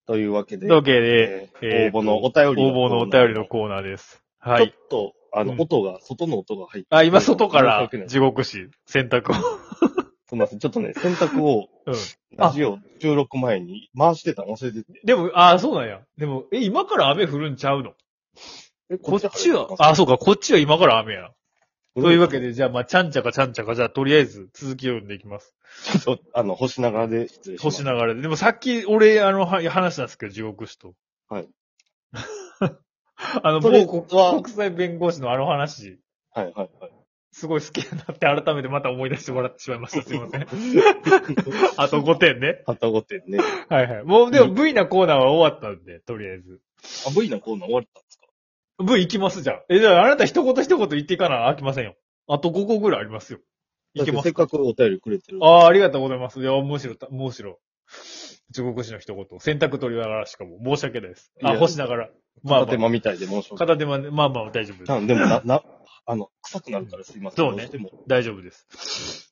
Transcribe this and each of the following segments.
というわけで、 応募のお便りのコーナーです。はちょっい。 と、外の音が入ってあ、今外から申し訳ない地獄師、洗濯を。 すみません。ちょっとね、洗濯を、 うん。 ラジオ収録前に回してたの忘れてて。 でも、そうなんや。でも、今から雨降るんちゃうの？こっちは、そうか、こっちは今から雨や。というわけで、じゃあ、ちゃんちゃか、じゃあ、とりあえず、続きを読んでいきます。 ちょっと、星ながらで失礼します。 星ながらで。でもさっき、俺、話したんですけど、地獄師と。 はい。 某国際弁護士の話。 はい。 すごい好きだなって改めてまた思い出してもらってしまいました。すいません。あと5点ね。 あと5点ね。 はい。もう、でも V なコーナーは終わったんで、とりあえず。 V のコーナー終わったんですか？ V 行きますじゃん。じゃああなた一言言っていかな飽きませんよ。あと5個ぐらいありますよ。いけますせっかくお便りくれてる。 ありがとうございます。いや、むしろ、中国史の一言。洗濯取りながらしかも申し訳ないです。干しながら。 片手間みたいで申し訳ない。 片手間で、大丈夫です。 でも臭くなるからすいません。 そうね。大丈夫です。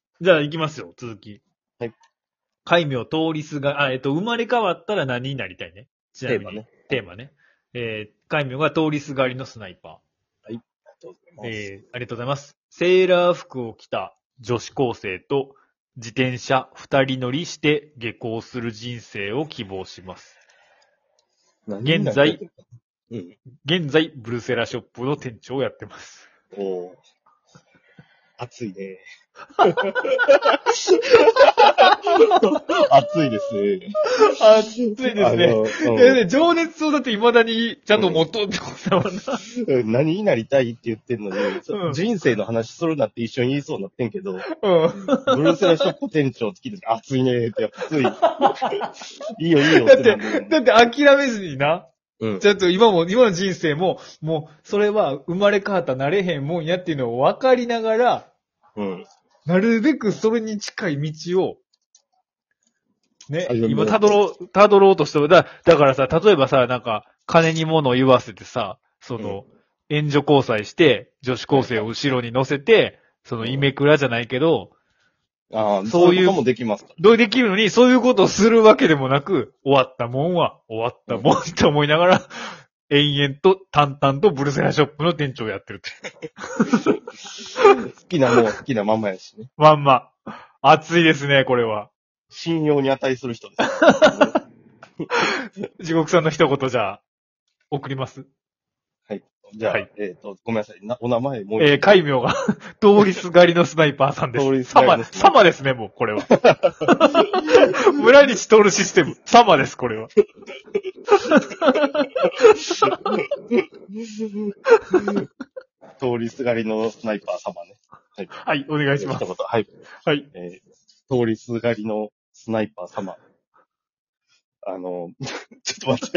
じゃあ行きますよ、続き。 はい。 戒名通りすが、生まれ変わったら何になりたいね。ちなみに。テーマね。戒名が通りすがりのスナイパー。 はい。ありがとうございます。 ありがとうございます。セーラー服を着た女子高生と自転車二人乗りして下校する人生を希望します。現在、ブルセラショップの店長をやってます。 おー。暑いね。暑いですね。 暑いですね。情熱をだって未だにちゃんと持っとってことだもんな。 何になりたいって言ってんのに、人生の話するなって一緒に言いそうになってんけど、ブルーセラショップ店長って聞いて暑いねーって暑い。いいよって。 だって諦めずにな。ちょっと今の人生も、もう、それは生まれ変わったなれへんもんやっていうのを分かりながら、なるべくそれに近い道を、ね、今辿ろうとしてる。だからさ、例えばさ、なんか、金に物を言わせてさ、援助交際して、女子高生を後ろに乗せて、イメクラじゃないけど、 そういうこともできますか？ できるのに、そういうことをするわけでもなく、終わったもんは終わったもんって思いながら、延々と淡々とブルセラショップの店長をやってるって。 好きなもんは好きなままやしね。 まんま。熱いですね、これは。 信用に値する人です。 地獄さんの一言じゃあ、送ります。 はい。じゃあ、ごめんなさい。お名前もう戒名が、通りすがりのスナイパーさんです。 通りすがりのサマですね、もう、これは。村西通るシステム。サマです、これは。 通りすがりのスナイパー様ね。 はい。はい、お願いします。 はい。 はい。 通りすがりのスナイパー様。ちょっと待って。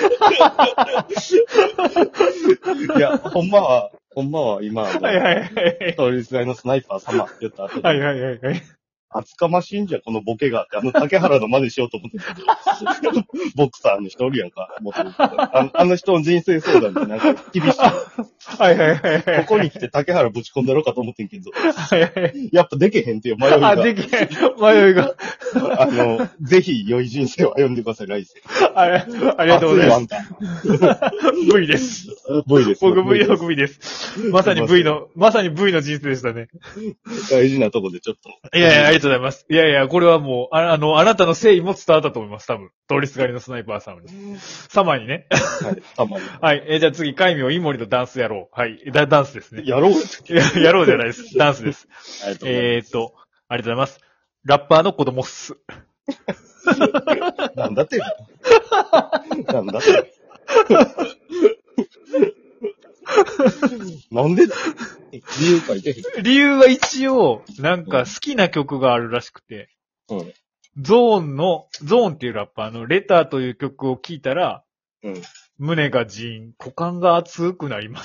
いや、ほんまは今、通りすがりのスナイパー様って言った後で、厚かましいんじゃ、このボケがあって、竹原の真似しようと思ってたけど、ボクサーの人おるやんか、あの人の人生相談ってなんか厳しい。ここに来て竹原ぶち込んだろうかと思ってんけど、やっぱでけへんっていう迷いが。 でけへん。迷いが。 ぜひ良い人生を歩んでください、来世。 ありがとうございます。V です。 V です。 僕 V です。まさに V の人生でしたね。 大事なとこでちょっと。 いや、ありがとうございます。いや、これはもう、あなたの誠意も伝わったと思います、多分。通りすがりのスナイパーさんに。サマーにね。 はい、サマーに。 はい。じゃあ次、戒名、イモリとダンスやろう。はい。ダンスですね。 やろうやろうじゃないです。ダンスです。ありがとうございます。ラッパーの子供っす。 なんだってなんだってなんでだ理由書いてへん。 理由は一応、なんか好きな曲があるらしくて、ゾーンっていうラッパーのレターという曲を聴いたら、胸がジーン、股間が熱くなります。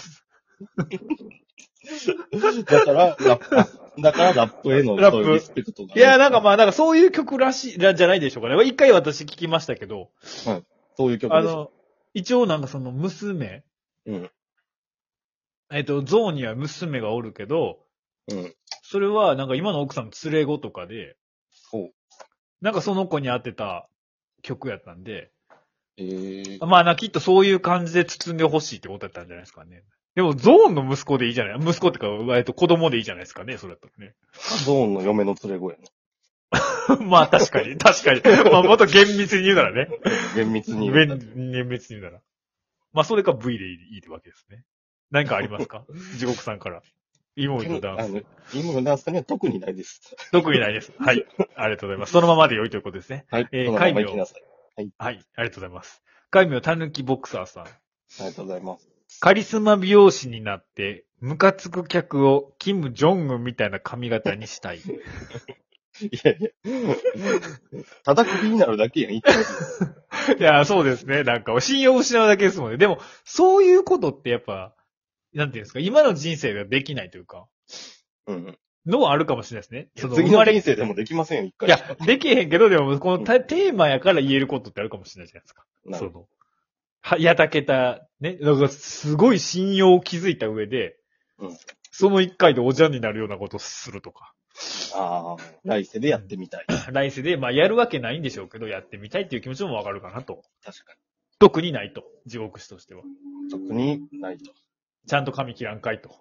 だからラップへのリスペクトが。 いや、なんかそういう曲らしい、じゃないでしょうかね。一回私聞きましたけど。 はい。そういう曲です。 一応なんかその娘。ゾーンには娘がおるけど。それはなんか今の奥さんの連れ子とかで。なんかその子に当てた曲やったんで。 まあきっとそういう感じで包んでほしいってことだったんじゃないですかね。でも、ゾーンの息子でいいじゃない息子ってか、子供でいいじゃないですかね、それだったらね。 ゾーンの嫁の連れ子やね。 まあ確かに。まあもっと厳密に言うならね。 厳密に言うなら。 厳密に言うなら。まあそれか V でいいってわけですね。何かありますか地獄さんから。イモリのダンス。 イモリのダンスには特にないです。 特にないです。はい。ありがとうございます。そのままで良いということですね。 はい。 海名。はい。はい。ありがとうございます。海名たぬきボクサーさん。ありがとうございます。 カリスマ美容師になって、ムカつく客をキム・ジョングンみたいな髪型にしたい。いやいや。ただ首になるだけやん、いや、そうですね。なんか、信用を失うだけですもんね。でも、そういうことってやっぱ、なんていうんですか、今の人生ができないというか、のはあるかもしれないですね。 次の人生でもできませんよ、一回。 いや、できへんけど、でも、このテーマやから言えることってあるかもしれないじゃないですか。やたけた、ね。だから、すごい信用を築いた上で、その一回でおじゃんになるようなことをするとか。 ああ、来世でやってみたい。 来世で、まあ、やるわけないんでしょうけど、やってみたいっていう気持ちもわかるかなと。 確かに。 特にないと。地獄師としては。 特にないと。 ちゃんと髪切らんかいと。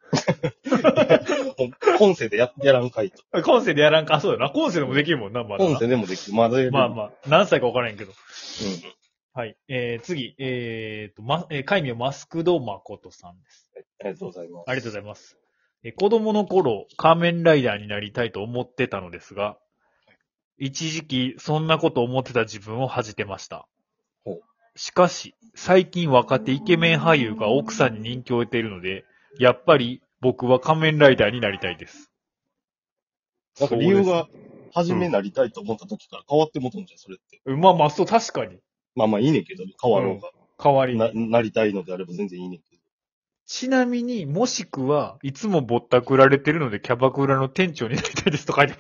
今世でやらんかいと。 今世でやらんか。あ、そうだな。今世でもできるもんな、まだ。 今世でもできる。まだまあ。何歳かわからへんけど。はい。次。海名マスクドマコトさんです。 ありがとうございます。 ありがとうございます。子供の頃、仮面ライダーになりたいと思ってたのですが、一時期、そんなこと思ってた自分を恥じてました。しかし、最近若手イケメン俳優が奥さんに人気を得ているので、やっぱり僕は仮面ライダーになりたいです。 なんか理由が、初めなりたいと思った時から変わってもとんじゃん、それって。 まあまあ、そう、確かに。 まあまあいいねんけど、変わろうが。 変わりなりたいのであれば全然いいねんけど。 ちなみに、もしくは、いつもぼったくられてるので、キャバクラの店長になりたいですと書いてます。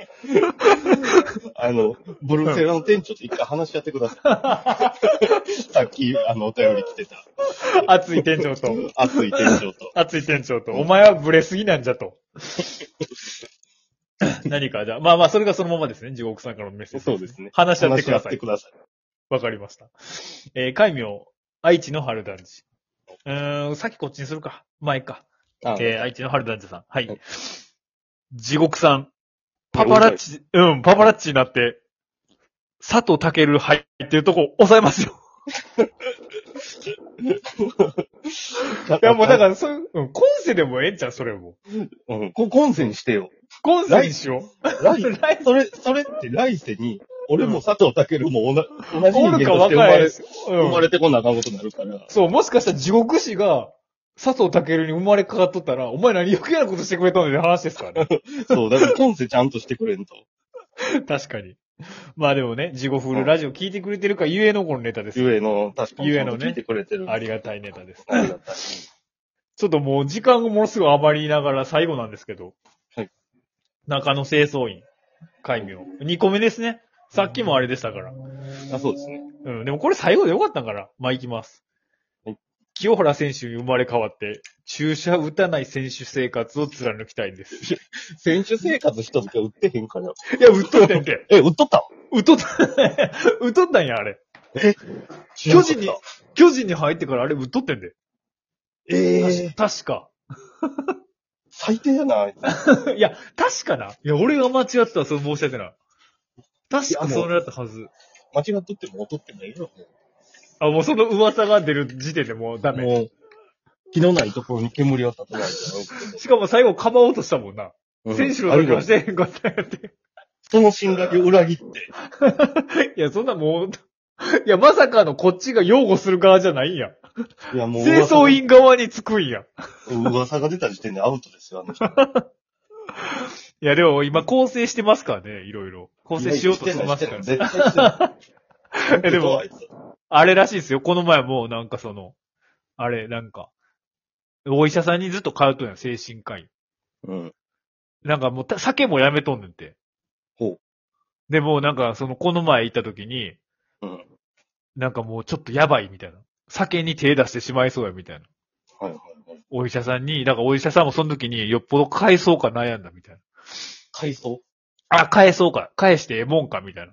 ブルセラの店長と一回話し合ってください。さっき、お便り来てた。 熱い店長と。 熱い店長と。 熱い店長と。お前はブレすぎなんじゃと。何か、じゃあ、まあまあ、それがそのままですね。地獄さんからのメッセージ、 そうですね。 話し合ってください。 話し合ってください。 わかりました。海名、愛知の春団地。さっきこっちにするか。前か。愛知の春団地さん。はい。地獄さん。パパラッチになって、佐藤健入ってるとこ抑えますよ。いやもうだから、今世でもええんちゃうそれも。 今世にしてよ。 今世にしよう。それって来世に、俺も佐藤健も同じ人間として生まれてこなあかんことになるから。 そう、もしかしたら地獄師が、佐藤健に生まれ変わっとったら、お前何余計なことしてくれたのって話ですからね。 そう、だから今世ちゃんとしてくれんと。 確かに。まあでもね、地獄フルラジオ聞いてくれてるかゆえのこのネタです。 ゆえの、確かに。 ゆえのね。 聞いてくれてる。 ありがたいネタです。 ありがたい。 ちょっともう時間がものすごい余りながら最後なんですけど。 はい。 中野清掃員、海名。2個目ですね。さっきもあれでしたから。 あ、そうですね。 でもこれ最後でよかったんから。まあ行きます。 はい。 清原選手に生まれ変わって、注射打たない選手生活を貫きたいんです。 選手生活一つか打ってへんから。 いや、打っとってんて。 打っとった打っとったんや、あれ。巨人に入ってからあれ打っとってんで。確か。 最低やな。 いや、確かな。いや、俺が間違ってたらそれ申し訳ない。確かそれだったはず。 間違っとっても劣ってもいいよ。 あ、もうその噂が出る時点でもうダメ。 もう、気のないところに煙を立てないと。 しかも最後かばおうとしたもんな。選手の時はしてへんかったやって。 その信頼を裏切って。 いや、そんなもう、いや、まさかのこっちが擁護する側じゃないんや。 いや、もう。 清掃員側につくんや。 噂が出た時点でアウトですよ、あの人。 いや、でも今構成してますからね、いろいろ。構成しようとしてますから。 絶対してない。 でも、あれらしいですよ。この前もなんかあれ、なんか、お医者さんにずっと通っとんや、精神科医。なんかもう、酒もやめとんねんて。でもなんか、この前行った時に、なんかもうちょっとやばいみたいな。酒に手出してしまいそうやみたいな。お医者さんに、だからお医者さんもその時によっぽど返そうか悩んだみたいな。 返そう？ 返そうか。返してええもんかみたいな。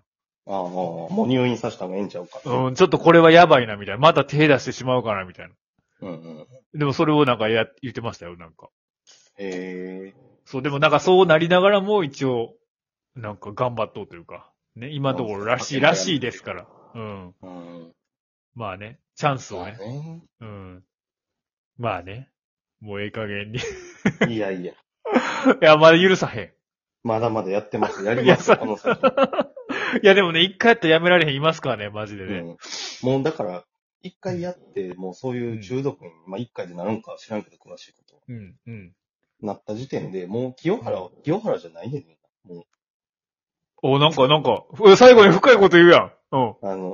ああ、もう入院させた方がええんちゃうか。 うん、ちょっとこれはやばいな、みたいな。また手出してしまうかな、みたいな。 うんうん。 でもそれをなんか言ってましたよ、なんか。 へえ。 そう、でもなんかそうなりながらも一応、なんか頑張っとうというか。ね、今のところらしいですから。うん。 うん。 まあね、チャンスをね。 まあね。 うん。まあね。もうええ加減に。 いやいや。 いや、まだ許さへん。 まだまだやってます。やりますよ、この先。 いや、でもね、一回やったらやめられへんいますからね、マジでね。 うん。もうだから、一回やって、もうそういう中毒に、まあ一回でなるんか知らんけど詳しいこと。 うん、うん。 なった時点で、もう清原じゃないねん。もう。 お、なんか、最後に深いこと言うやん。うん。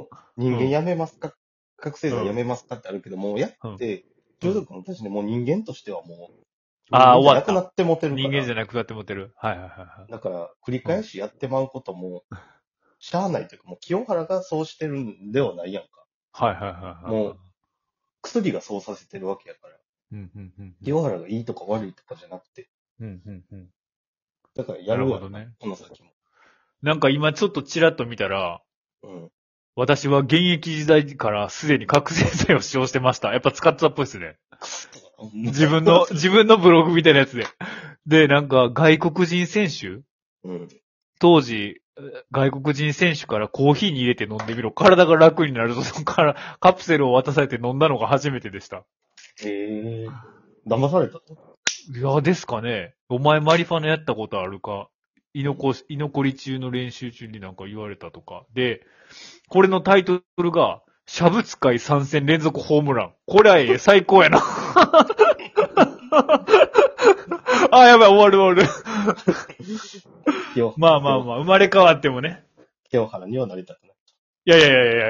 人間やめますか、覚醒剤やめますかってあるけど、もうやって、中毒のたちでもう人間としてはもう、 ああ、終わった。 なくなってもてるから。 人間じゃなくなってもてる。はいはいはい。 だから、繰り返しやってまうことも、しゃあないというか、もう清原がそうしてるんではないやんか。 はいはいはい。 もう、薬がそうさせてるわけやから。清原がいいとか悪いとかじゃなくて。だからやるわ、ね、この先も。 なんか今ちょっとチラッと見たら、私は現役時代からすでに覚醒剤を使用してました。やっぱ使ってたっぽいですね。自分のブログみたいなやつで。で、なんか外国人選手、当時、外国人選手からコーヒーに入れて飲んでみろ。体が楽になるぞ。そこからカプセルを渡されて飲んだのが初めてでした。 騙された？ いや、ですかね。お前マリファナやったことあるか？居残り中の練習中になんか言われたとか。で、これのタイトルが、シャブ使い3戦連続ホームラン。これは最高やな。あ、やばい、終わる。まあ、生まれ変わってもね。 清原にはなりたくない。 いや。